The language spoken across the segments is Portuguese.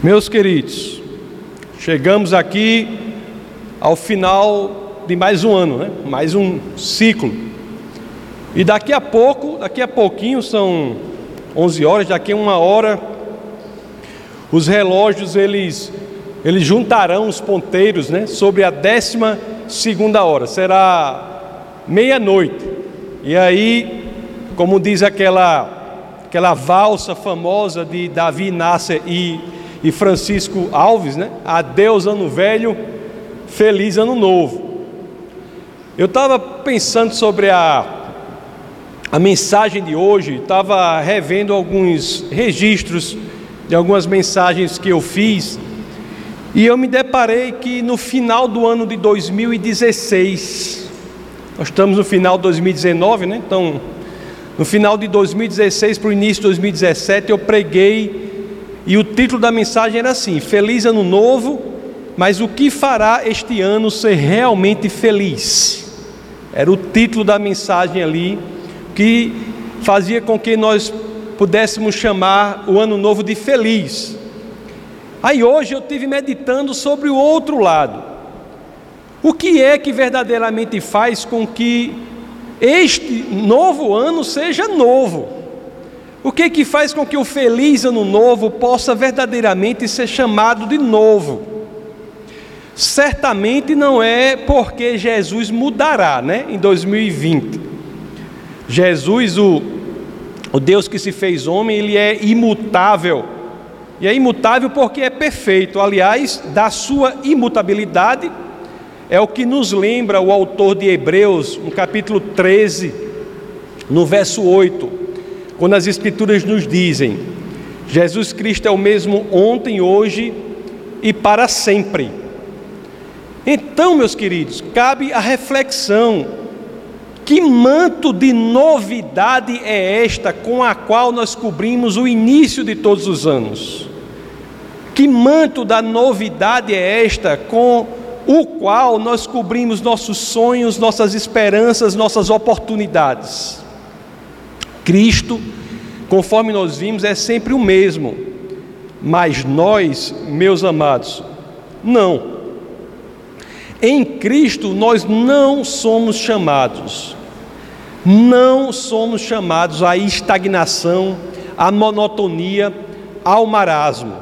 Meus queridos, chegamos aqui ao final de mais um ano, né? Mais um ciclo. E daqui a pouquinho, são 11 horas, daqui a uma hora, os relógios eles juntarão os ponteiros, né? Sobre a 12ª hora, será meia-noite. E aí, como diz aquela valsa famosa de Davi Nasser e Francisco Alves, né? Adeus ano velho, feliz ano novo. Eu estava pensando sobre a mensagem de hoje, estava revendo alguns registros de algumas mensagens que eu fiz, e eu me deparei que no final do ano de 2016, nós estamos no final de 2019, né? Então, no final de 2016 para o início de 2017, eu preguei, e o título da mensagem era assim: Feliz Ano Novo, mas o que fará este ano ser realmente feliz? Era o título da mensagem ali, que fazia com que nós pudéssemos chamar o Ano Novo de feliz. Aí hoje eu estive meditando sobre o outro lado. O que é que verdadeiramente faz com que este novo ano seja novo? O que é que faz com que o feliz ano novo possa verdadeiramente ser chamado de novo? Certamente não é porque Jesus mudará, né, em 2020. Jesus, o Deus que se fez homem, ele é imutável. E é imutável porque é perfeito. Aliás, da sua imutabilidade é o que nos lembra o autor de Hebreus, no capítulo 13, no verso 8. Quando as Escrituras nos dizem: Jesus Cristo é o mesmo ontem, hoje e para sempre. Então, meus queridos, cabe a reflexão: que manto de novidade é esta com a qual nós cobrimos o início de todos os anos? Que manto da novidade é esta com o qual nós cobrimos nossos sonhos, nossas esperanças, nossas oportunidades? Cristo, conforme nós vimos, é sempre o mesmo, mas nós, meus amados, não. Em Cristo nós não somos chamados à estagnação, à monotonia, ao marasmo.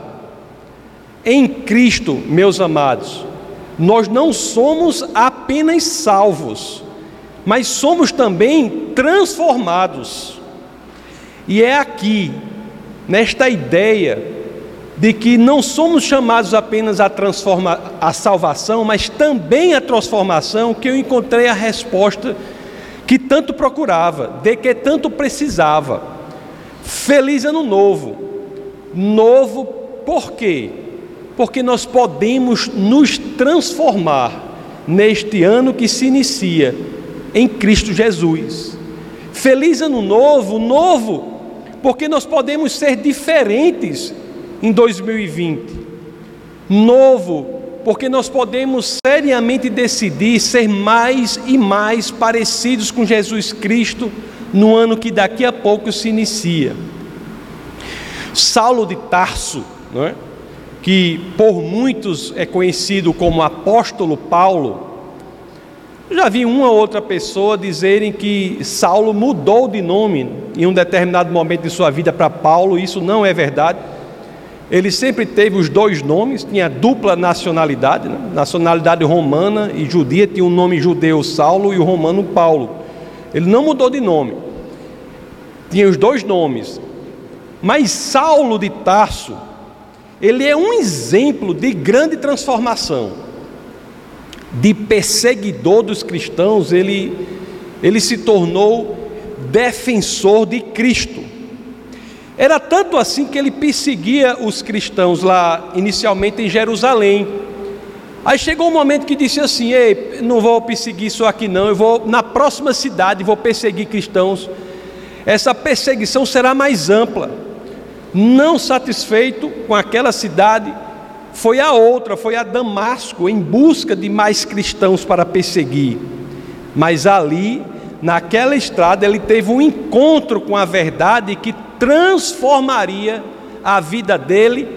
Em Cristo, meus amados, nós não somos apenas salvos, mas somos também transformados. E é aqui, nesta ideia de que não somos chamados apenas à salvação, mas também à transformação, que eu encontrei a resposta que tanto procurava, de que tanto precisava. Feliz Ano Novo. Novo por quê? Porque nós podemos nos transformar neste ano que se inicia em Cristo Jesus. Feliz Ano Novo, novo, porque nós podemos ser diferentes em 2020. Novo, porque nós podemos seriamente decidir ser mais e mais parecidos com Jesus Cristo no ano que daqui a pouco se inicia. Saulo de Tarso, não é? Que por muitos é conhecido como apóstolo Paulo. Já vi uma ou outra pessoa dizerem que Saulo mudou de nome em um determinado momento de sua vida para Paulo. Isso não é verdade. Ele sempre teve os dois nomes, tinha dupla nacionalidade, né? Nacionalidade romana e judia, tinha o nome judeu Saulo e o romano Paulo. Ele não mudou de nome, tinha os dois nomes. Mas Saulo de Tarso, ele é um exemplo de grande transformação, de perseguidor dos cristãos. Ele se tornou defensor de Cristo. Era tanto assim que ele perseguia os cristãos lá, inicialmente em Jerusalém. Aí chegou um momento que disse assim: ei, não vou perseguir isso aqui não, eu vou na próxima cidade, vou perseguir cristãos. Essa perseguição será mais ampla. Não satisfeito com aquela cidade, foi a outra, foi a Damasco, em busca de mais cristãos para perseguir. Mas ali, naquela estrada, ele teve um encontro com a verdade que transformaria a vida dele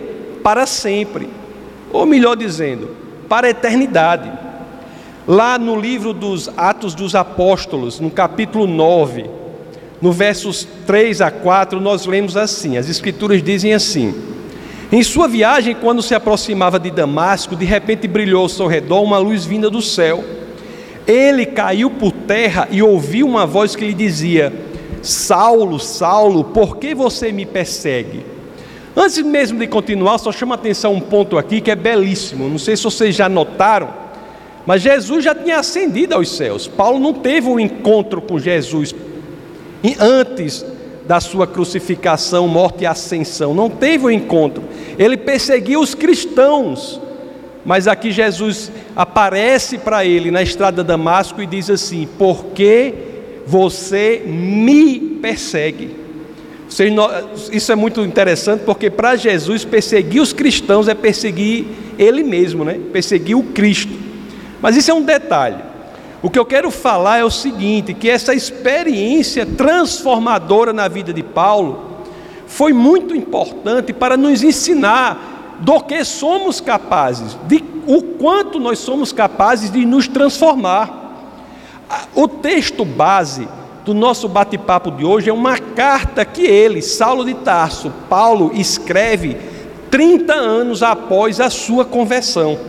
para sempre, ou melhor dizendo, para a eternidade. Lá no livro dos Atos dos Apóstolos, no capítulo 9, no versos 3 a 4, nós lemos assim, as Escrituras dizem assim: em sua viagem, quando se aproximava de Damasco, de repente brilhou ao seu redor uma luz vinda do céu. Ele caiu por terra e ouviu uma voz que lhe dizia: Saulo, Saulo, por que você me persegue? Antes mesmo de continuar, só chama a atenção um ponto aqui que é belíssimo. Não sei se vocês já notaram, mas Jesus já tinha ascendido aos céus. Paulo não teve um encontro com Jesus antes da sua crucificação, morte e ascensão. Não teve um encontro. Ele perseguiu os cristãos. Mas aqui Jesus aparece para ele na estrada de Damasco e diz assim: por que você me persegue? Isso é muito interessante, porque para Jesus perseguir os cristãos é perseguir Ele mesmo, né? Perseguir o Cristo. Mas isso é um detalhe. O que eu quero falar é o seguinte, que essa experiência transformadora na vida de Paulo foi muito importante para nos ensinar do que somos capazes, de o quanto nós somos capazes de nos transformar. O texto base do nosso bate-papo de hoje é uma carta que ele, Saulo de Tarso, Paulo, escreve 30 anos após a sua conversão.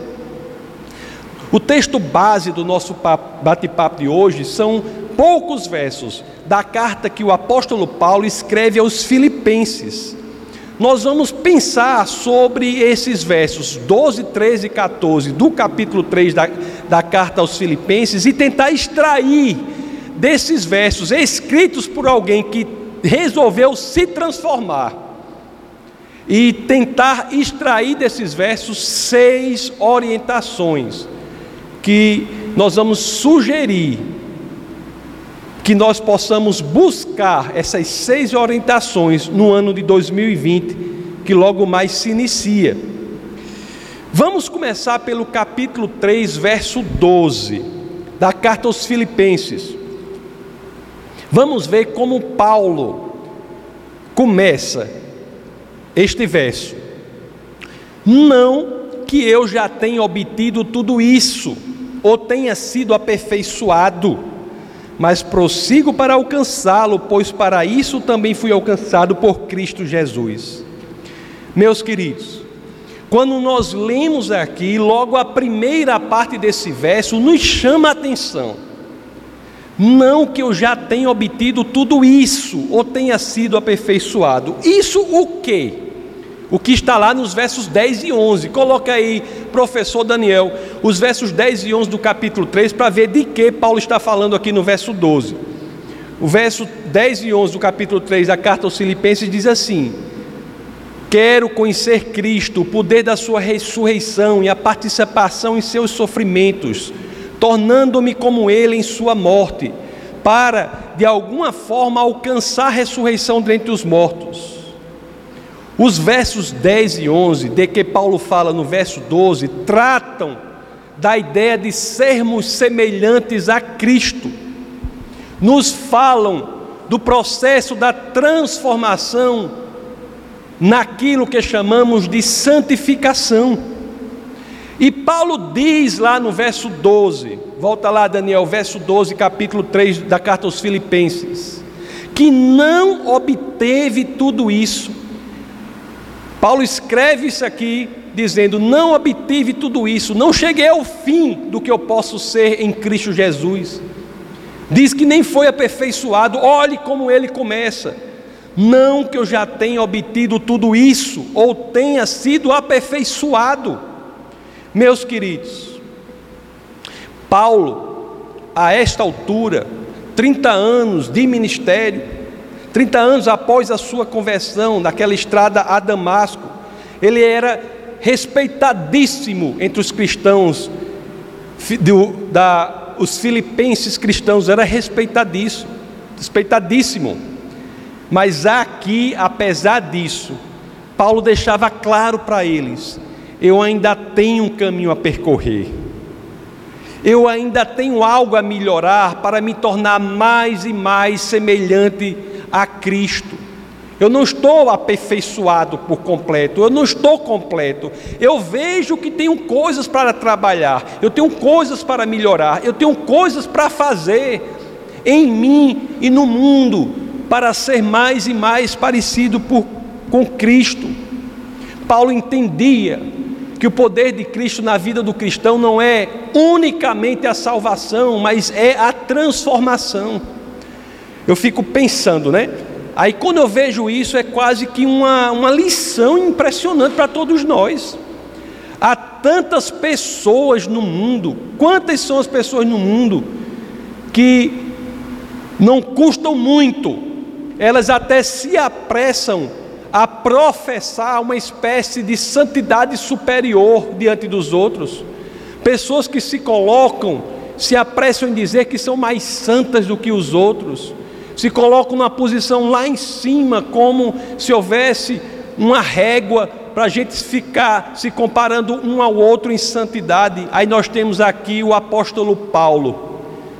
O texto base do nosso bate-papo de hoje são poucos versos da carta que o apóstolo Paulo escreve aos Filipenses. Nós vamos pensar sobre esses versos 12, 13 e 14 do capítulo 3 da carta aos Filipenses e tentar extrair desses versos escritos por alguém que resolveu se transformar e tentar extrair desses versos 6 orientações que nós vamos sugerir que nós possamos buscar essas 6 orientações no ano de 2020, que logo mais se inicia. Vamos começar pelo capítulo 3, verso 12, da carta aos Filipenses. Vamos ver como Paulo começa este verso. Não que eu já tenha obtido tudo isso, ou tenha sido aperfeiçoado, mas prossigo para alcançá-lo, pois para isso também fui alcançado por Cristo Jesus. Meus queridos, quando nós lemos aqui, logo a primeira parte desse verso nos chama a atenção. Não que eu já tenha obtido tudo isso, ou tenha sido aperfeiçoado. Isso o quê? O que está lá nos versos 10 e 11. Coloca aí, professor Daniel, os versos 10 e 11 do capítulo 3, para ver de que Paulo está falando aqui no verso 12. O verso 10 e 11 do capítulo 3 da carta aos Filipenses diz assim: quero conhecer Cristo, o poder da sua ressurreição e a participação em seus sofrimentos, tornando-me como Ele em sua morte, para, de alguma forma, alcançar a ressurreição dentre os mortos. Os versos 10 e 11, de que Paulo fala no verso 12, tratam da ideia de sermos semelhantes a Cristo. Nos falam do processo da transformação naquilo que chamamos de santificação. E Paulo diz lá no verso 12, volta lá Daniel, verso 12, capítulo 3 da carta aos Filipenses, que não obteve tudo isso. Paulo escreve isso aqui, dizendo: não obtive tudo isso, não cheguei ao fim do que eu posso ser em Cristo Jesus. Diz que nem foi aperfeiçoado. Olhe como ele começa: não que eu já tenha obtido tudo isso, ou tenha sido aperfeiçoado. Meus queridos, Paulo, a esta altura, 30 anos de ministério, 30 anos após a sua conversão, naquela estrada a Damasco, ele era respeitadíssimo entre os cristãos, os filipenses cristãos, era respeitadíssimo. Mas aqui, apesar disso, Paulo deixava claro para eles: eu ainda tenho um caminho a percorrer, eu ainda tenho algo a melhorar para me tornar mais e mais semelhante a Cristo. Eu não estou aperfeiçoado por completo, eu não estou completo. Eu vejo que tenho coisas para trabalhar, eu tenho coisas para melhorar, eu tenho coisas para fazer em mim e no mundo, para ser mais e mais parecido com Cristo. Paulo entendia que o poder de Cristo na vida do cristão não é unicamente a salvação, mas é a transformação. Eu fico pensando, né? Aí quando eu vejo isso, é quase que uma lição impressionante para todos nós. Há tantas pessoas no mundo, quantas são as pessoas no mundo que não custam muito, elas até se apressam a professar uma espécie de santidade superior diante dos outros. Pessoas que se colocam, se apressam em dizer que são mais santas do que os outros, se colocam numa posição lá em cima, como se houvesse uma régua para a gente ficar se comparando um ao outro em santidade. Aí nós temos aqui o apóstolo Paulo,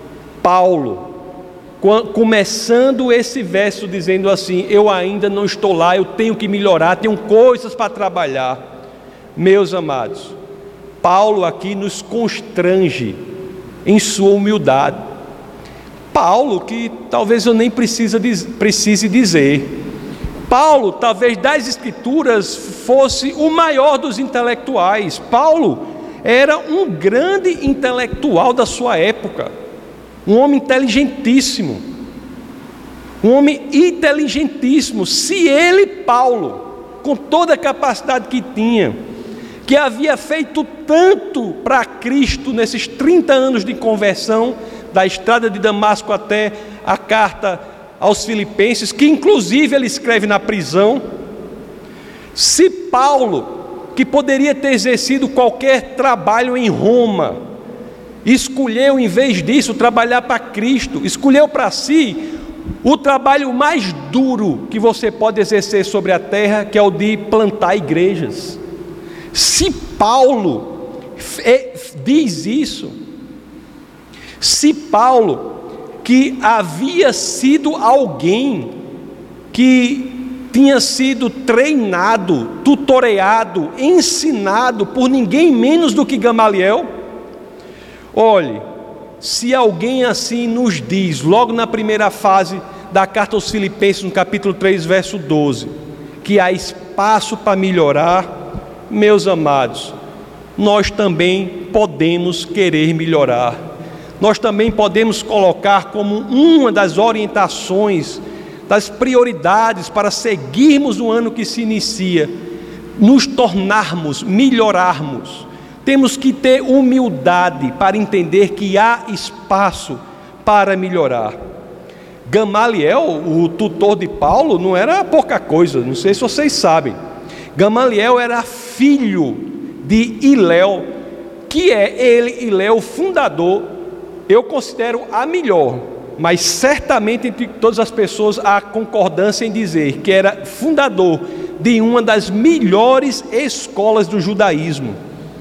começando esse verso dizendo assim: eu ainda não estou lá, eu tenho que melhorar, tenho coisas para trabalhar. Meus amados, Paulo aqui nos constrange em sua humildade. Paulo, que talvez eu nem precise dizer, Paulo, talvez das Escrituras, fosse o maior dos intelectuais. Paulo era um grande intelectual da sua época, um homem inteligentíssimo, Se ele, Paulo, com toda a capacidade que tinha, que havia feito tanto para Cristo nesses 30 anos de conversão, da estrada de Damasco até a carta aos Filipenses, que inclusive ele escreve na prisão. Se Paulo, que poderia ter exercido qualquer trabalho em Roma, escolheu em vez disso trabalhar para Cristo, escolheu para si o trabalho mais duro que você pode exercer sobre a terra, que é o de plantar igrejas. Se Paulo diz isso, se Paulo, que havia sido alguém que tinha sido treinado, tutoreado, ensinado por ninguém menos do que Gamaliel, olhe, se alguém assim nos diz, logo na primeira fase da carta aos Filipenses, no capítulo 3, verso 12, que há espaço para melhorar, meus amados, nós também podemos querer melhorar. Nós também podemos colocar como uma das orientações, das prioridades para seguirmos o ano que se inicia, nos tornarmos, melhorarmos. Temos que ter humildade para entender que há espaço para melhorar. Gamaliel, o tutor de Paulo, não era pouca coisa, não sei se vocês sabem. Gamaliel era filho de Hilel, que é Hilel, fundador. Eu considero a melhor, mas certamente entre todas as pessoas há concordância em dizer que era fundador de uma das melhores escolas do judaísmo.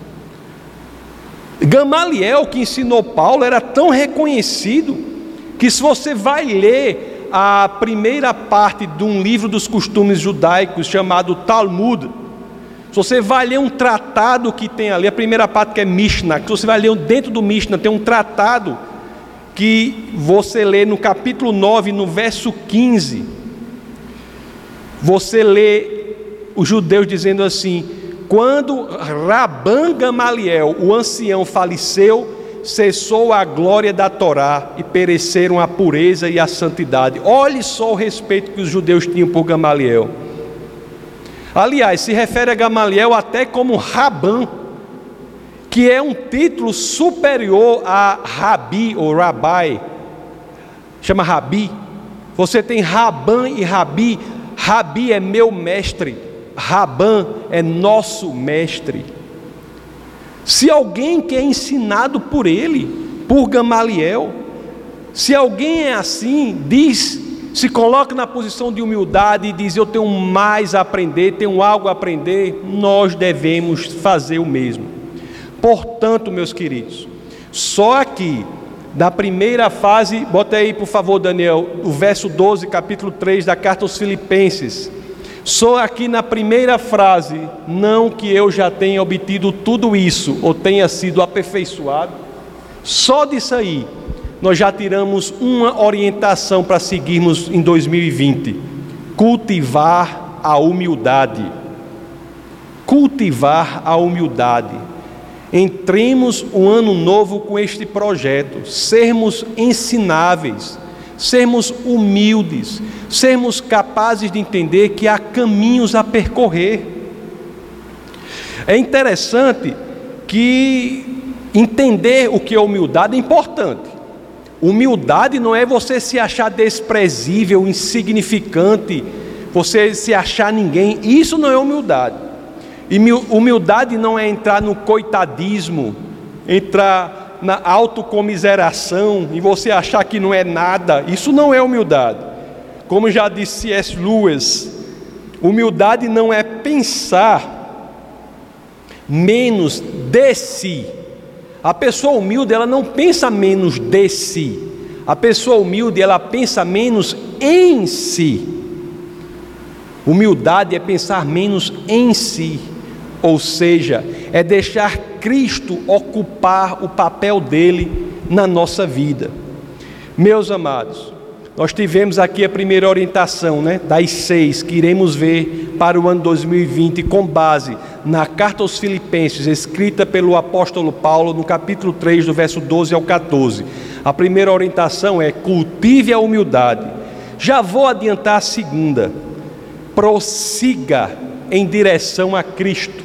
Gamaliel, que ensinou Paulo, era tão reconhecido que, se você vai ler a primeira parte de um livro dos costumes judaicos chamado Talmud, se você vai ler um tratado que tem ali, a primeira parte que é Mishnah, que você vai ler dentro do Mishnah, tem um tratado que você lê no capítulo 9, no verso 15, você lê os judeus dizendo assim: quando Rabban Gamaliel, o ancião, faleceu, cessou a glória da Torá e pereceram a pureza e a santidade. Olhe só o respeito que os judeus tinham por Gamaliel. Aliás, se refere a Gamaliel até como Rabban, que é um título superior a Rabi ou Rabai, chama Rabi. Você tem Rabban e Rabi. Rabi é meu mestre, Rabban é nosso mestre. Se alguém que é ensinado por ele, por Gamaliel, se alguém é assim, se coloca na posição de humildade e diz: eu tenho mais a aprender, tenho algo a aprender, nós devemos fazer o mesmo. Portanto, meus queridos, só aqui da primeira fase, bota aí por favor Daniel, o verso 12, capítulo 3 da carta aos Filipenses. Só aqui na primeira frase, não que eu já tenha obtido tudo isso, ou tenha sido aperfeiçoado, só disso aí, nós já tiramos uma orientação para seguirmos em 2020, cultivar a humildade. Cultivar a humildade. Entremos o ano novo com este projeto, sermos ensináveis, sermos humildes, sermos capazes de entender que há caminhos a percorrer. É interessante que entender o que é humildade é importante. Humildade não é você se achar desprezível, insignificante, você se achar ninguém. Isso não é humildade. E humildade não é entrar no coitadismo, entrar na autocomiseração e você achar que não é nada. Isso não é humildade. Como já disse C.S. Lewis, humildade não é pensar menos de si. A pessoa humilde, ela não pensa menos de si. A pessoa humilde, ela pensa menos em si. Humildade é pensar menos em si. Ou seja, é deixar Cristo ocupar o papel dele na nossa vida. Meus amados, nós tivemos aqui a primeira orientação, das 6 que iremos ver para o ano 2020, com base na carta aos Filipenses, escrita pelo apóstolo Paulo, no capítulo 3, do verso 12 ao 14. A primeira orientação é: cultive a humildade. Já vou adiantar a segunda: prossiga em direção a Cristo.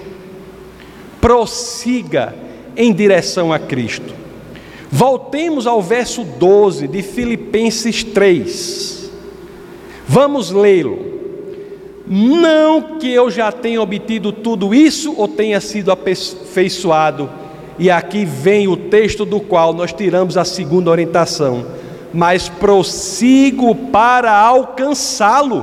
Prossiga em direção a Cristo. Voltemos ao verso 12 de Filipenses 3. Vamos lê-lo. Não que eu já tenha obtido tudo isso ou tenha sido aperfeiçoado. E aqui vem o texto do qual nós tiramos a segunda orientação. Mas prossigo para alcançá-lo.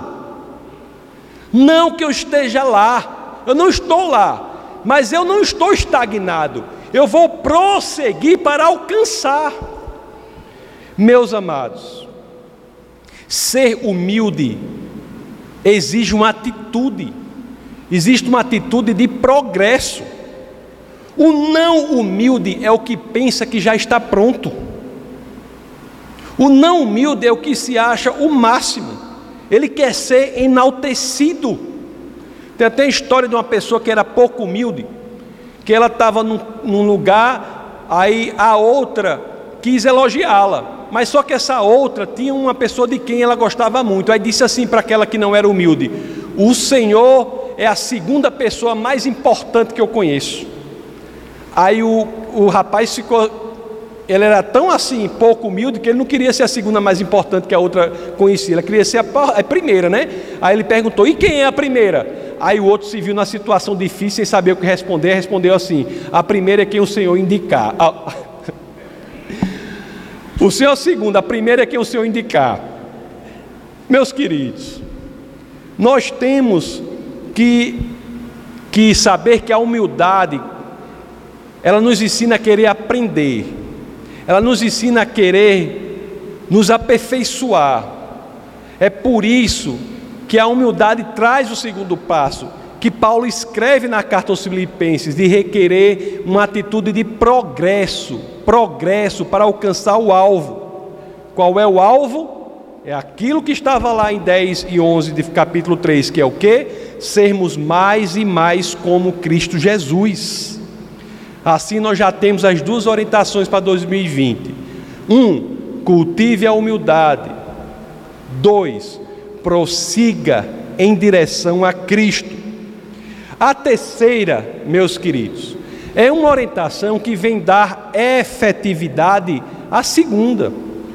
Não que eu esteja lá. Eu não estou lá. Mas eu não estou estagnado, eu vou prosseguir para alcançar. Meus amados, ser humilde exige uma atitude, existe uma atitude de progresso. O não humilde é o que pensa que já está pronto. O não humilde é o que se acha o máximo, ele quer ser enaltecido. Tem até a história de uma pessoa que era pouco humilde, que ela estava num lugar, aí a outra quis elogiá-la, mas só que essa outra tinha uma pessoa de quem ela gostava muito. Aí disse assim para aquela que não era humilde: o Senhor é a segunda pessoa mais importante que eu conheço. Aí o rapaz ficou, ele era tão assim, pouco humilde, que ele não queria ser a segunda mais importante que a outra conhecia, ele queria ser a primeira, Aí ele perguntou: e quem é a primeira? Aí o outro se viu na situação difícil, sem saber o que responder, respondeu assim: a primeira é quem o Senhor indicar. O Senhor é a segunda, a primeira é quem o Senhor indicar. Meus queridos, nós temos que saber que a humildade, ela nos ensina a querer aprender, ela nos ensina a querer nos aperfeiçoar. É por isso que a humildade traz o segundo passo, que Paulo escreve na carta aos Filipenses, de requerer uma atitude de progresso para alcançar o alvo. Qual é o alvo? É aquilo que estava lá em 10 e 11 de capítulo 3, que é o quê? Sermos mais e mais como Cristo Jesus. Assim nós já temos as duas orientações para 2020. 1. Cultive a humildade. 2. Prossiga em direção a Cristo. A terceira, meus queridos, é uma orientação que vem dar efetividade à segunda.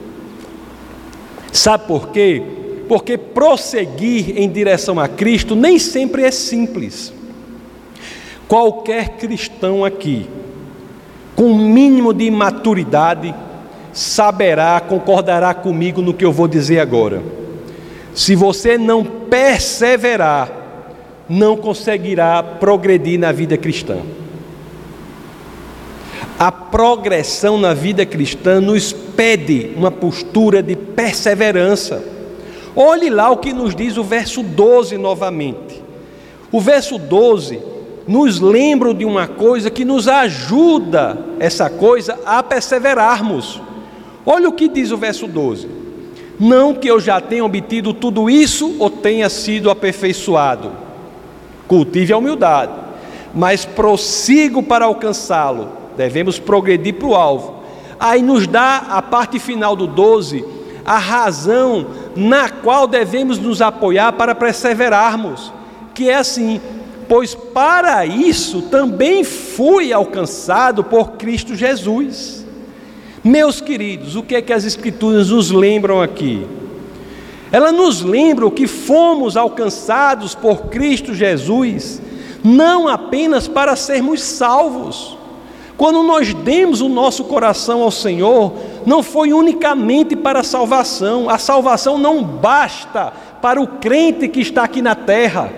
Sabe por quê? Porque prosseguir em direção a Cristo nem sempre é simples. Qualquer cristão aqui, com o mínimo de maturidade, saberá, concordará comigo no que eu vou dizer agora. Se você não perseverar, não conseguirá progredir na vida cristã. A progressão na vida cristã nos pede uma postura de perseverança. Olhe lá o que nos diz o verso 12 novamente. O verso 12 nos lembra de uma coisa que nos ajuda, essa coisa, a perseverarmos. Olha o que diz o verso 12. Não que eu já tenha obtido tudo isso ou tenha sido aperfeiçoado. Cultive a humildade, mas prossigo para alcançá-lo. Devemos progredir para o alvo. Aí nos dá a parte final do 12, a razão na qual devemos nos apoiar para perseverarmos, que é assim: pois para isso também fui alcançado por Cristo Jesus. Meus queridos, o que é que as Escrituras nos lembram aqui? Elas nos lembram que fomos alcançados por Cristo Jesus, não apenas para sermos salvos. Quando nós demos o nosso coração ao Senhor, não foi unicamente para a salvação não basta para o crente que está aqui na terra.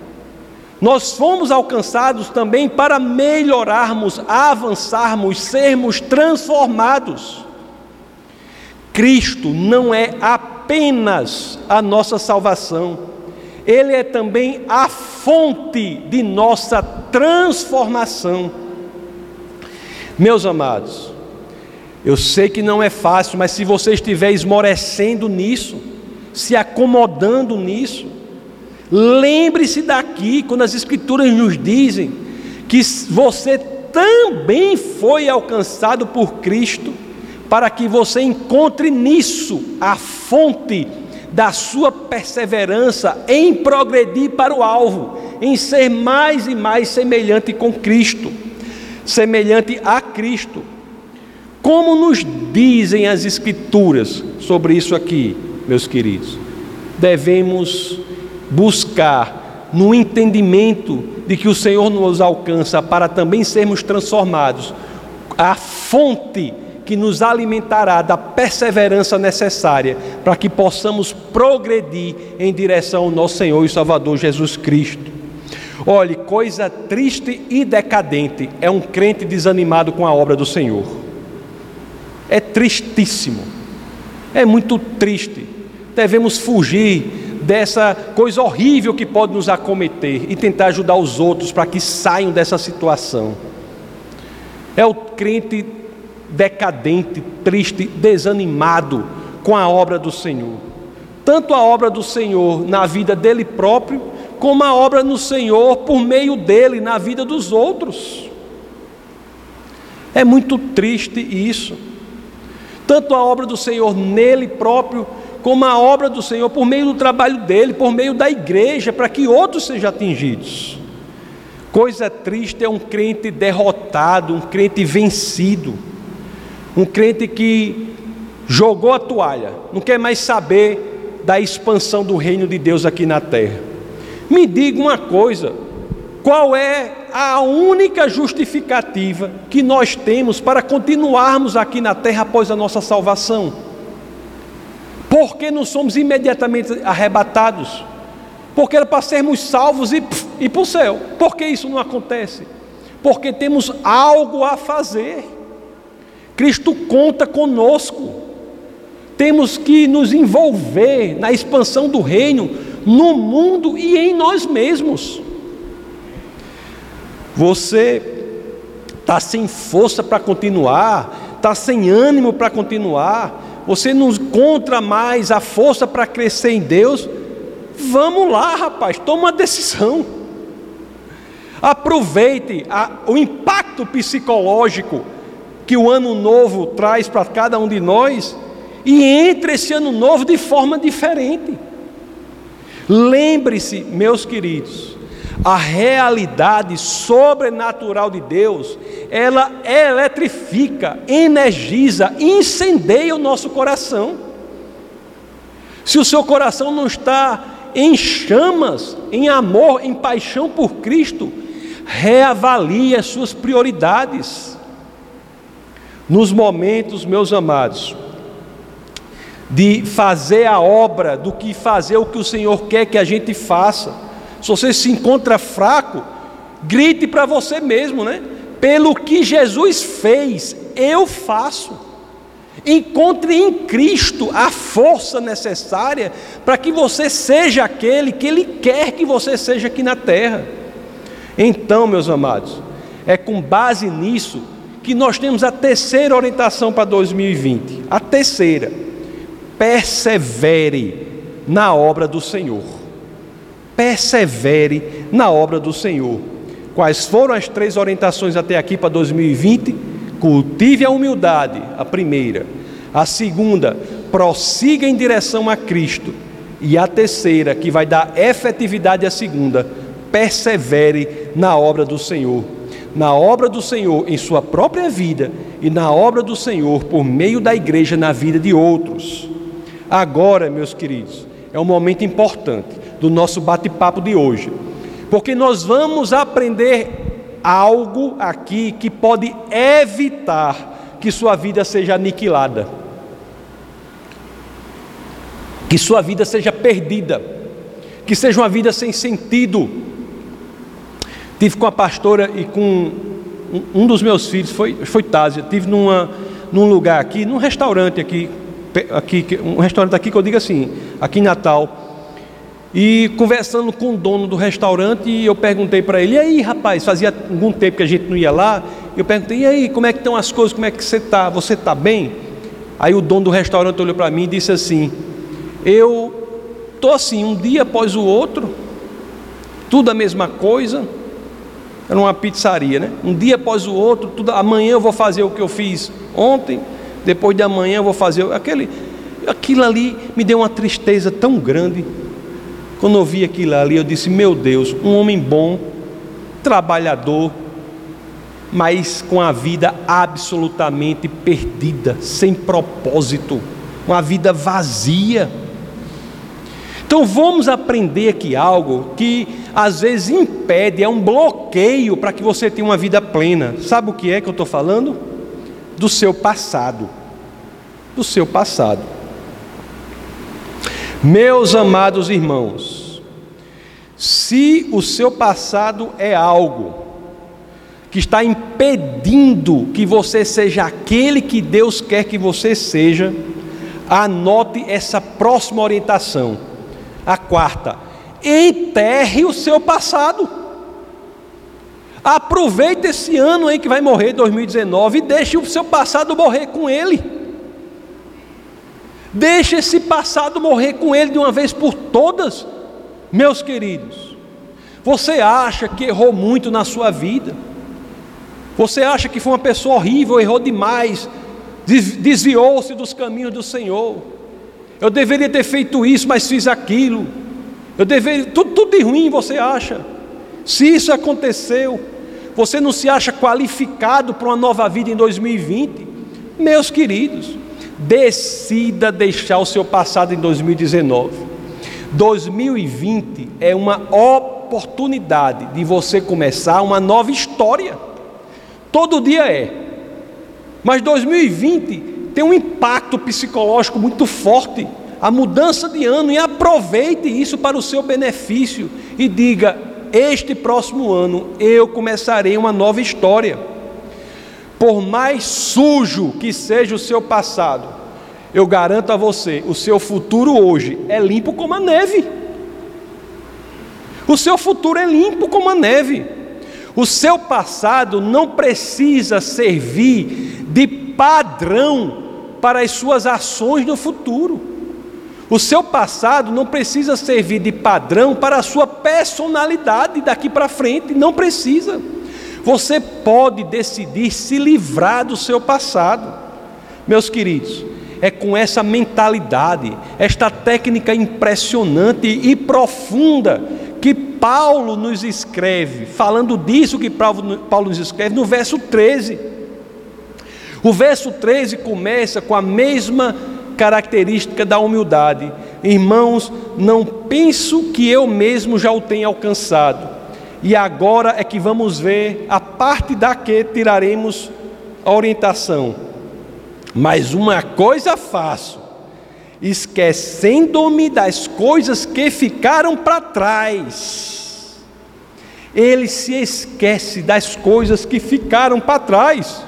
Nós fomos alcançados também para melhorarmos, avançarmos, sermos transformados. Cristo não é apenas a nossa salvação, Ele é também a fonte de nossa transformação. Meus amados, eu sei que não é fácil, mas se você estiver esmorecendo nisso, se acomodando nisso, lembre-se daqui, quando as Escrituras nos dizem que você também foi alcançado por Cristo, para que você encontre nisso a fonte da sua perseverança em progredir para o alvo, em ser mais e mais semelhante com Cristo, semelhante a Cristo. Como nos dizem as Escrituras sobre isso aqui, meus queridos? Devemos buscar no entendimento de que o Senhor nos alcança para também sermos transformados, a fonte que nos alimentará da perseverança necessária para que possamos progredir em direção ao nosso Senhor e Salvador Jesus Cristo. Olhe, coisa triste e decadente é um crente desanimado com a obra do Senhor. É tristíssimo, é muito triste. Devemos fugir dessa coisa horrível que pode nos acometer e tentar ajudar os outros para que saiam dessa situação. É o crente decadente, triste, desanimado com a obra do Senhor. Tanto a obra do Senhor na vida dele próprio, como a obra no Senhor por meio dele na vida dos outros. É muito triste isso. Tanto a obra do Senhor nele próprio, como a obra do Senhor por meio do trabalho dele, por meio da igreja, para que outros sejam atingidos. Coisa triste é um crente derrotado, um crente vencido, um crente que jogou a toalha, não quer mais saber da expansão do reino de Deus aqui na terra. Me diga uma coisa: qual é a única justificativa que nós temos para continuarmos aqui na terra após a nossa salvação? Por que não somos imediatamente arrebatados? Porque era para sermos salvos e para o céu. Por que isso não acontece? Porque temos algo a fazer. Cristo conta conosco. Temos que nos envolver na expansão do reino, no mundo e em nós mesmos. Você está sem força para continuar, está sem ânimo para continuar, você não encontra mais a força para crescer em Deus. Vamos lá, rapaz, toma uma decisão. Aproveite o impacto psicológico que o ano novo traz para cada um de nós e entre esse ano novo de forma diferente. Lembre-se, meus queridos, a realidade sobrenatural de Deus, ela eletrifica, energiza, incendeia o nosso coração. Se o seu coração não está em chamas, em amor, em paixão por Cristo, reavalie as suas prioridades. Nos momentos, meus amados, de fazer a obra, do que fazer o que o Senhor quer que a gente faça. Se você se encontra fraco, grite para você mesmo, né? pelo que Jesus fez, eu faço. Encontre em Cristo a força necessária para que você seja aquele que Ele quer que você seja aqui na terra. Então, meus amados, é com base nisso que nós temos a terceira orientação para 2020. A terceira: persevere na obra do Senhor. Persevere na obra do Senhor. Quais foram as 3 orientações até aqui para 2020? Cultive a humildade, a primeira. A segunda, prossiga em direção a Cristo. E a terceira, que vai dar efetividade à segunda, persevere na obra do Senhor. Na obra do Senhor em sua própria vida e na obra do Senhor por meio da igreja na vida de outros. Agora, meus queridos, é um momento importante do nosso bate-papo de hoje, porque nós vamos aprender algo aqui que pode evitar que sua vida seja aniquilada, que sua vida seja perdida, que seja uma vida sem sentido. Tive com a pastora e com um dos meus filhos, foi Tásia, tive num lugar aqui, num restaurante aqui, um restaurante aqui que eu digo assim, aqui em Natal, e conversando com o dono do restaurante, e eu perguntei para ele: e aí, rapaz, fazia algum tempo que a gente não ia lá, eu perguntei: e aí, como é que estão as coisas, como é que você está bem? Aí o dono do restaurante olhou para mim e disse assim: eu estou assim, um dia após o outro, tudo a mesma coisa. Era uma pizzaria, né? Um dia após o outro, amanhã eu vou fazer o que eu fiz ontem, depois de amanhã eu vou fazer aquilo ali. Me deu uma tristeza tão grande. Quando eu vi aquilo ali, eu disse: meu Deus, um homem bom, trabalhador, mas com a vida absolutamente perdida, sem propósito, uma vida vazia. Então vamos aprender aqui algo que às vezes impede, é um bloqueio para que você tenha uma vida plena. Sabe o que é que eu estou falando? Do seu passado. Do seu passado. Meus amados irmãos, se o seu passado é algo que está impedindo que você seja aquele que Deus quer que você seja, anote essa próxima orientação. A quarta: enterre o seu passado. Aproveite esse ano aí que vai morrer, 2019, e deixe o seu passado morrer com ele. Deixe esse passado morrer com ele de uma vez por todas. Meus queridos, você acha que errou muito na sua vida? Você acha que foi uma pessoa horrível, errou demais, desviou-se dos caminhos do Senhor? Eu deveria ter feito isso, mas fiz aquilo. Eu deveria, tudo de ruim você acha. Se isso aconteceu, você não se acha qualificado para uma nova vida em 2020? Meus queridos, decida deixar o seu passado em 2019. 2020 é uma oportunidade de você começar uma nova história. Todo dia é. Mas 2020 tem um impacto psicológico muito forte. A mudança de ano, e aproveite isso para o seu benefício e diga: este próximo ano eu começarei uma nova história. Por mais sujo que seja o seu passado, eu garanto a você, o seu futuro hoje é limpo como a neve. O seu futuro é limpo como a neve. O seu passado não precisa servir de padrão para as suas ações no futuro. O seu passado não precisa servir de padrão para a sua personalidade daqui para frente, não precisa. Você pode decidir se livrar do seu passado. Meus queridos, é com essa mentalidade, esta técnica impressionante e profunda que Paulo nos escreve, falando disso que Paulo nos escreve no verso 13. O verso 13 começa com a mesma característica da humildade: irmãos, não penso que eu mesmo já o tenha alcançado. E agora é que vamos ver a parte da que tiraremos a orientação. Mas uma coisa faço, esquecendo-me das coisas que ficaram para trás, ele se esquece das coisas que ficaram para trás.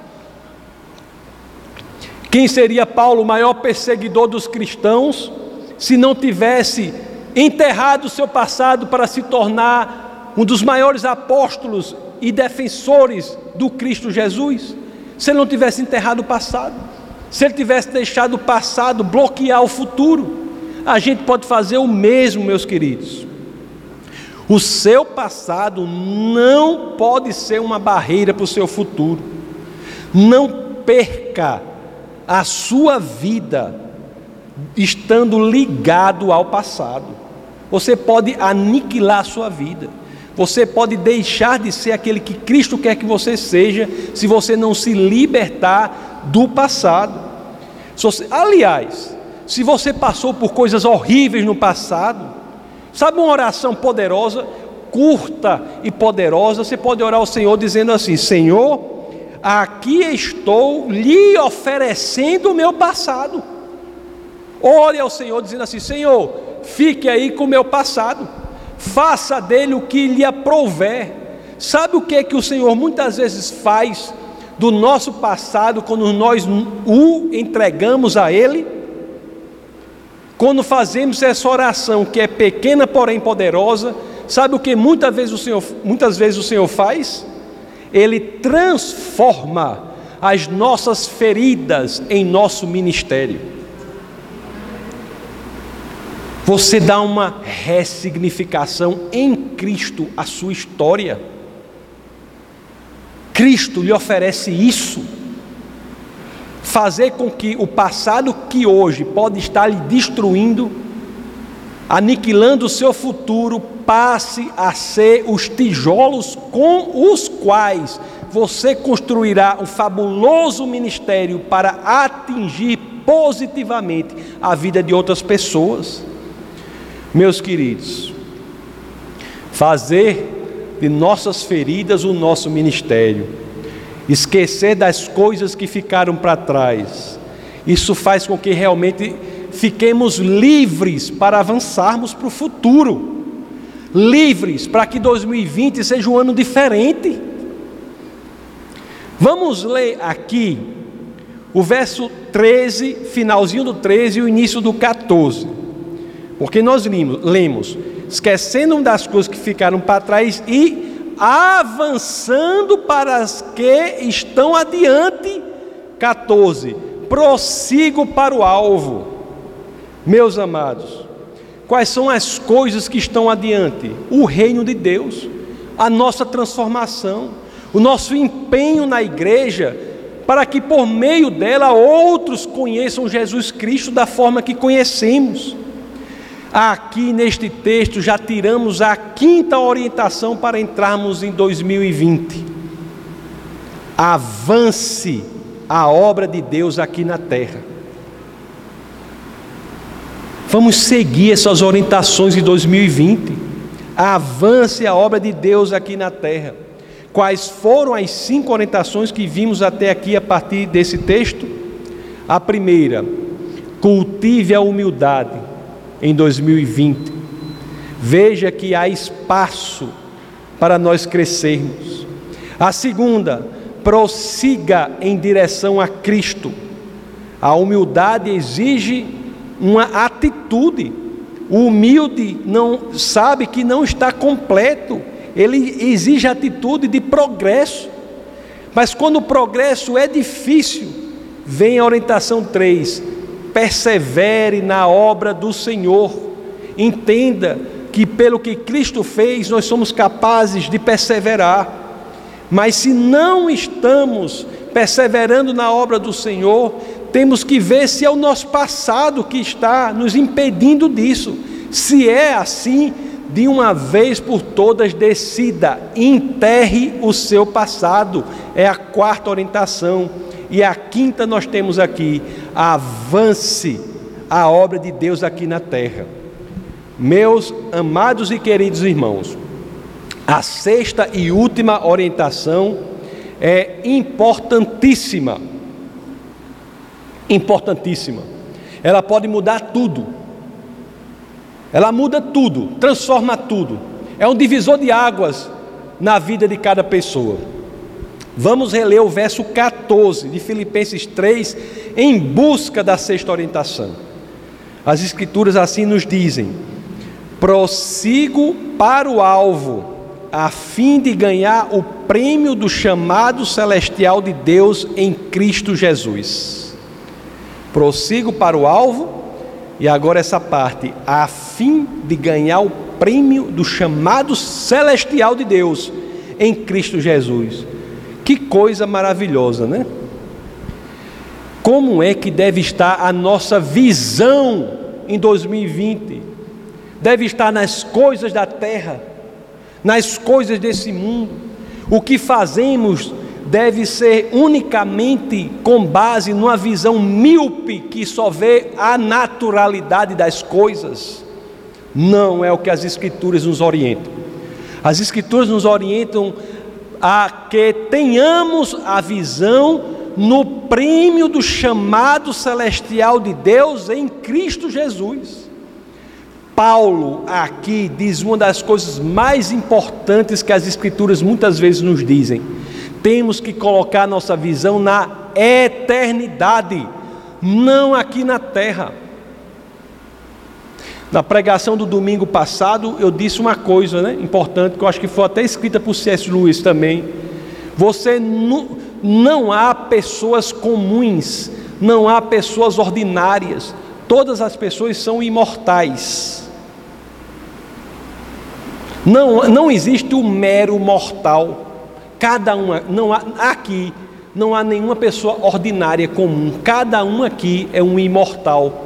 Quem seria Paulo, o maior perseguidor dos cristãos, se não tivesse enterrado o seu passado para se tornar um dos maiores apóstolos e defensores do Cristo Jesus? Se ele não tivesse enterrado o passado, se ele tivesse deixado o passado bloquear o futuro. A gente pode fazer o mesmo, meus queridos. O seu passado não pode ser uma barreira para o seu futuro. Não perca a sua vida estando ligado ao passado. Você pode aniquilar a sua vida. Você pode deixar de ser aquele que Cristo quer que você seja, se você não se libertar do passado. Aliás, se você passou por coisas horríveis no passado, sabe uma oração poderosa, curta e poderosa? Você pode orar ao Senhor dizendo assim: Senhor, aqui estou lhe oferecendo o meu passado. Ore ao Senhor dizendo assim: Senhor, fique aí com o meu passado, faça dele o que lhe aprouver. Sabe o que o Senhor muitas vezes faz do nosso passado quando nós o entregamos a Ele? Quando fazemos essa oração que é pequena porém poderosa, sabe o que muitas vezes o Senhor faz? Ele transforma as nossas feridas em nosso ministério. Você dá uma ressignificação em Cristo à sua história. Cristo lhe oferece isso. Fazer com que o passado que hoje pode estar lhe destruindo, aniquilando o seu futuro, passe a ser os tijolos com os quais você construirá um fabuloso ministério para atingir positivamente a vida de outras pessoas. Meus queridos, fazer de nossas feridas o nosso ministério, esquecer das coisas que ficaram para trás, isso faz com que realmente fiquemos livres para avançarmos para o futuro, livres para que 2020 seja um ano diferente. Vamos ler aqui o verso 13, finalzinho do 13 e o início do 14, porque nós lemos, esquecendo das coisas que ficaram para trás e avançando para as que estão adiante. 14, prossigo para o alvo. Meus amados, quais são as coisas que estão adiante? O reino de Deus, a nossa transformação, o nosso empenho na igreja, para que por meio dela outros conheçam Jesus Cristo da forma que conhecemos. Aqui neste texto já tiramos a quinta orientação para entrarmos em 2020. Avance a obra de Deus aqui na terra. Vamos seguir essas orientações de 2020. Avance a obra de Deus aqui na terra. Quais foram as 5 orientações que vimos até aqui a partir desse texto? A primeira, cultive a humildade em 2020. Veja que há espaço para nós crescermos. A segunda, prossiga em direção a Cristo. A humildade exige uma atitude. O humilde não sabe que não está completo. Ele exige atitude de progresso. Mas quando o progresso é difícil, vem a orientação 3: persevere na obra do Senhor. Entenda que pelo que Cristo fez, nós somos capazes de perseverar. Mas se não estamos perseverando na obra do Senhor, temos que ver se é o nosso passado que está nos impedindo disso. Se é assim, de uma vez por todas, decida, enterre o seu passado. É a 4ª orientação. E a 5ª nós temos aqui: avance a obra de Deus aqui na terra. Meus amados e queridos irmãos, a 6ª e última orientação é importantíssima. Importantíssima. Ela pode mudar tudo. Ela muda tudo, transforma tudo. É um divisor de águas na vida de cada pessoa. Vamos reler o verso 14 de Filipenses 3, em busca da sexta orientação. As Escrituras assim nos dizem: prossigo para o alvo, a fim de ganhar o prêmio do chamado celestial de Deus em Cristo Jesus. Prossigo para o alvo, e agora essa parte, a fim de ganhar o prêmio do chamado celestial de Deus em Cristo Jesus. Que coisa maravilhosa, né? Como é que deve estar a nossa visão em 2020? Deve estar nas coisas da terra, nas coisas desse mundo. O que fazemos deve ser unicamente com base numa visão míope que só vê a naturalidade das coisas. Não é o que as Escrituras nos orientam. As Escrituras nos orientam a que tenhamos a visão no prêmio do chamado celestial de Deus em Cristo Jesus. Paulo aqui diz uma das coisas mais importantes que as Escrituras muitas vezes nos dizem: temos que colocar nossa visão na eternidade, não aqui na terra. Na pregação do domingo passado, eu disse uma coisa, importante, que eu acho que foi até escrita por C.S. Lewis também. Não há pessoas comuns, não há pessoas ordinárias. Todas as pessoas são imortais. Não existe o mero mortal. Cada uma, aqui não há nenhuma pessoa ordinária comum. Cada um aqui é um imortal.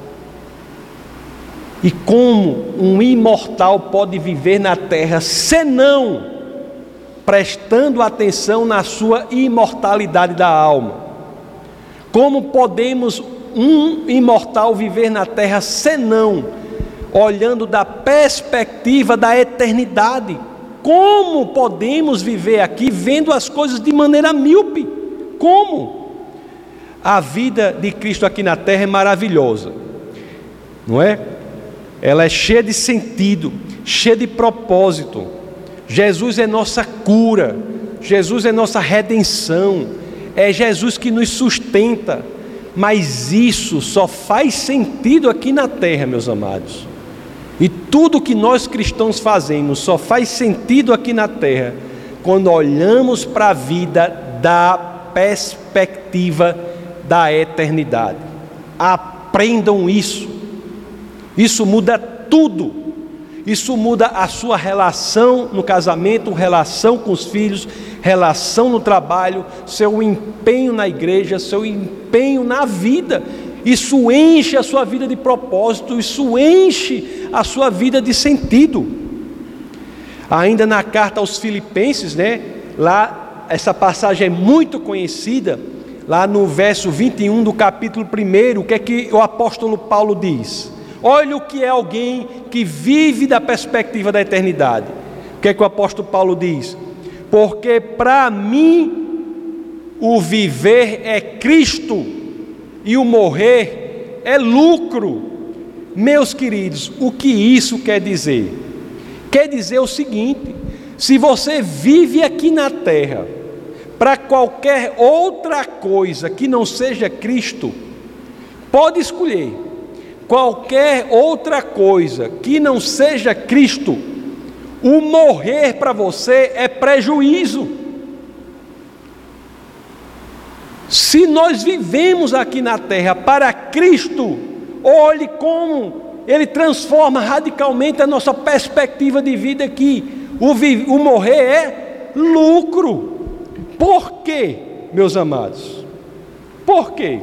E como um imortal pode viver na terra senão prestando atenção na sua imortalidade da alma? Como podemos um imortal viver na terra senão olhando da perspectiva da eternidade? Como podemos viver aqui vendo as coisas de maneira míope? Como? A vida de Cristo aqui na terra é maravilhosa, não é? Ela é cheia de sentido, cheia de propósito. Jesus é nossa cura, Jesus é nossa redenção, é Jesus que nos sustenta. Mas isso só faz sentido aqui na terra, meus amados. E tudo que nós cristãos fazemos só faz sentido aqui na terra quando olhamos para a vida da perspectiva da eternidade. Aprendam isso. Isso muda tudo. Isso muda a sua relação no casamento, relação com os filhos, relação no trabalho, seu empenho na igreja, seu empenho na vida. Isso enche a sua vida de propósito, isso enche a sua vida de sentido. Ainda na carta aos Filipenses, lá essa passagem é muito conhecida, lá no verso 21 do capítulo 1, o que é que o apóstolo Paulo diz? Olha o que é alguém que vive da perspectiva da eternidade. O que é que o apóstolo Paulo diz? Porque para mim o viver é Cristo e o morrer é lucro. Meus queridos, o que isso quer dizer? Quer dizer o seguinte: se você vive aqui na terra para qualquer outra coisa que não seja Cristo, pode escolher. Qualquer outra coisa que não seja Cristo, o morrer para você é prejuízo. Se nós vivemos aqui na terra para Cristo, olhe como Ele transforma radicalmente a nossa perspectiva de vida aqui. O morrer é lucro. Por quê, meus amados? Por quê?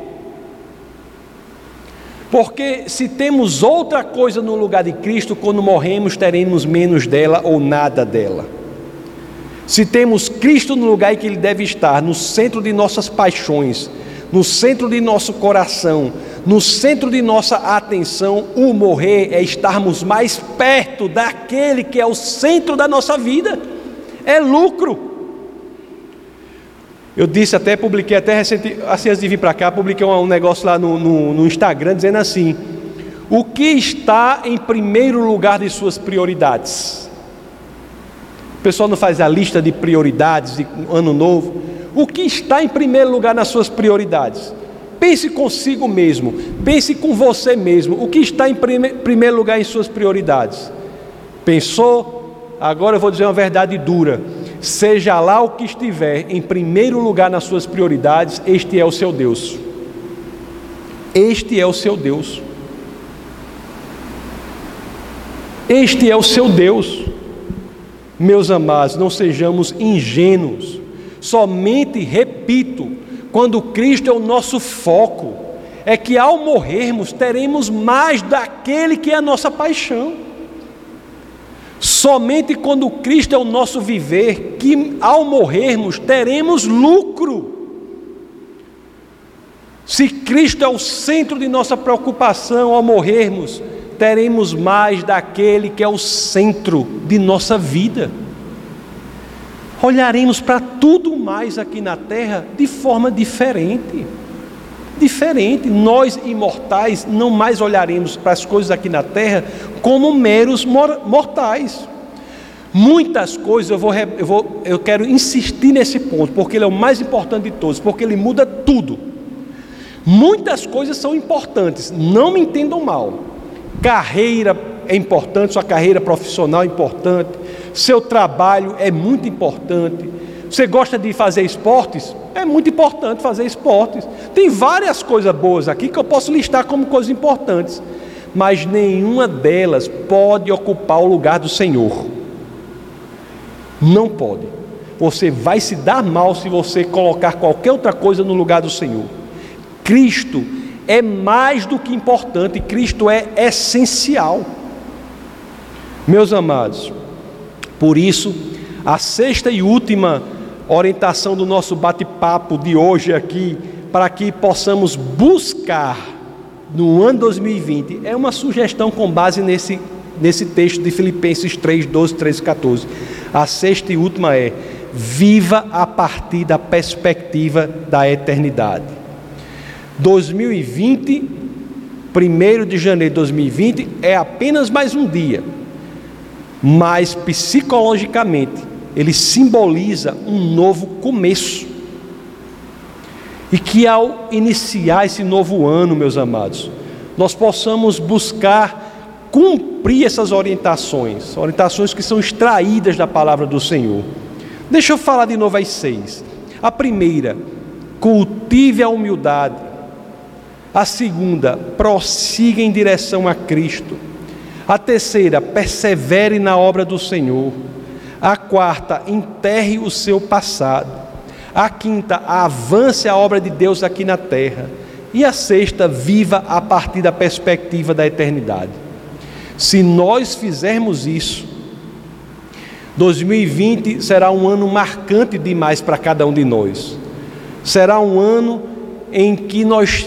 Porque se temos outra coisa no lugar de Cristo, quando morremos teremos menos dela ou nada dela. Se temos Cristo no lugar em que Ele deve estar, no centro de nossas paixões, no centro de nosso coração, no centro de nossa atenção, o morrer é estarmos mais perto daquele que é o centro da nossa vida. É lucro. Eu disse até, publiquei até recente, assim antes de vir para cá, publiquei um negócio lá no Instagram dizendo assim: o que está em primeiro lugar de suas prioridades? pessoal não faz a lista de prioridades de ano novo. O que está em primeiro lugar nas suas prioridades? Pense consigo mesmo, pense com você mesmo. O que está em primeiro lugar em suas prioridades? Pensou? Agora eu vou dizer uma verdade dura. Seja lá o que estiver em primeiro lugar nas suas prioridades, este é o seu Deus. Este é o seu Deus. Este é o seu Deus. Meus amados, não sejamos ingênuos. Somente, repito, quando Cristo é o nosso foco, é que ao morrermos teremos mais daquele que é a nossa paixão. Somente quando Cristo é o nosso viver, que ao morrermos teremos lucro. Se Cristo é o centro de nossa preocupação, ao morrermos, teremos mais daquele que é o centro de nossa vida. Olharemos para tudo mais aqui na terra de forma diferente. Diferente. Nós, imortais, não mais olharemos para as coisas aqui na terra como meros mortais. Muitas coisas, eu quero insistir nesse ponto, porque ele é o mais importante de todos, porque ele muda tudo. Muitas coisas são importantes, não me entendam mal. Carreira é importante, sua carreira profissional é importante, seu trabalho é muito importante. Você gosta de fazer esportes? É muito importante fazer esportes. Tem várias coisas boas aqui que eu posso listar como coisas importantes, mas nenhuma delas pode ocupar o lugar do Senhor. Não pode. Você vai se dar mal se você colocar qualquer outra coisa no lugar do Senhor. Cristo é mais do que importante, Cristo é essencial. Meus amados, por isso, a sexta e última orientação do nosso bate-papo de hoje aqui, para que possamos buscar no ano 2020, é uma sugestão com base nesse texto de Filipenses 3, 12, 13 e 14. A sexta e última é: viva a partir da perspectiva da eternidade. 2020, 1º de janeiro de 2020, é apenas mais um dia, mas psicologicamente ele simboliza um novo começo. E que ao iniciar esse novo ano, meus amados, nós possamos buscar cumprir essas orientações que são extraídas da palavra do Senhor. Deixa eu falar de novo as 6. A primeira, cultive a humildade. A segunda, prossiga em direção a Cristo. A terceira, persevere na obra do Senhor. A quarta, enterre o seu passado. A quinta, avance a obra de Deus aqui na terra. E a sexta, viva a partir da perspectiva da eternidade. Se nós fizermos isso, 2020 será um ano marcante demais para cada um de nós. Será um ano em que nós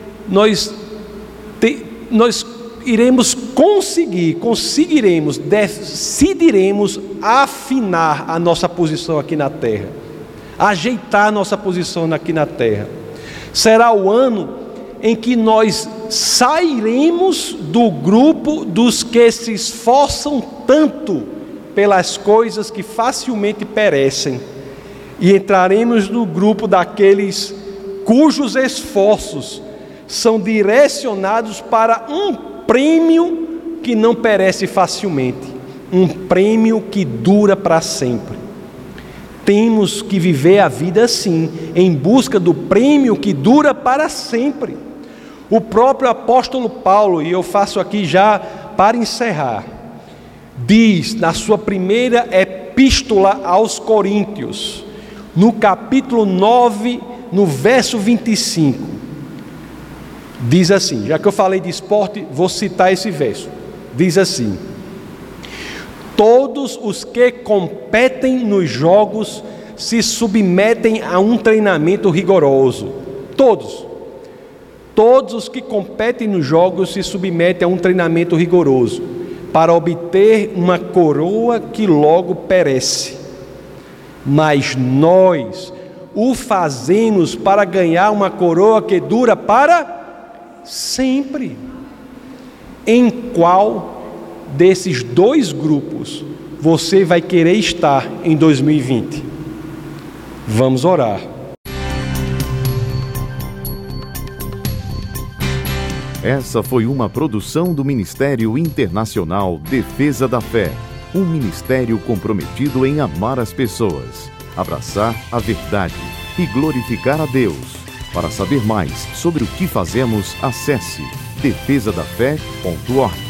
decidiremos afinar a nossa posição aqui na terra, ajeitar a nossa posição aqui na terra. Será o ano em que nós sairemos do grupo dos que se esforçam tanto pelas coisas que facilmente perecem e entraremos no grupo daqueles cujos esforços são direcionados para um prêmio que não perece facilmente, um prêmio que dura para sempre. Temos que viver a vida assim, em busca do prêmio que dura para sempre. O próprio apóstolo Paulo, e eu faço aqui já para encerrar, diz na sua primeira epístola aos Coríntios, no capítulo 9, no verso 25, diz assim, já que eu falei de esporte, vou citar esse verso. Diz assim: todos os que competem nos jogos se submetem a um treinamento rigoroso. Todos os que competem nos jogos se submetem a um treinamento rigoroso, para obter uma coroa que logo perece. Mas nós o fazemos para ganhar uma coroa que dura para sempre. Em qual desses dois grupos você vai querer estar em 2020? Vamos orar. Essa foi uma produção do Ministério Internacional Defesa da Fé, um ministério comprometido em amar as pessoas, abraçar a verdade e glorificar a Deus. Para saber mais sobre o que fazemos, acesse defesadafé.org.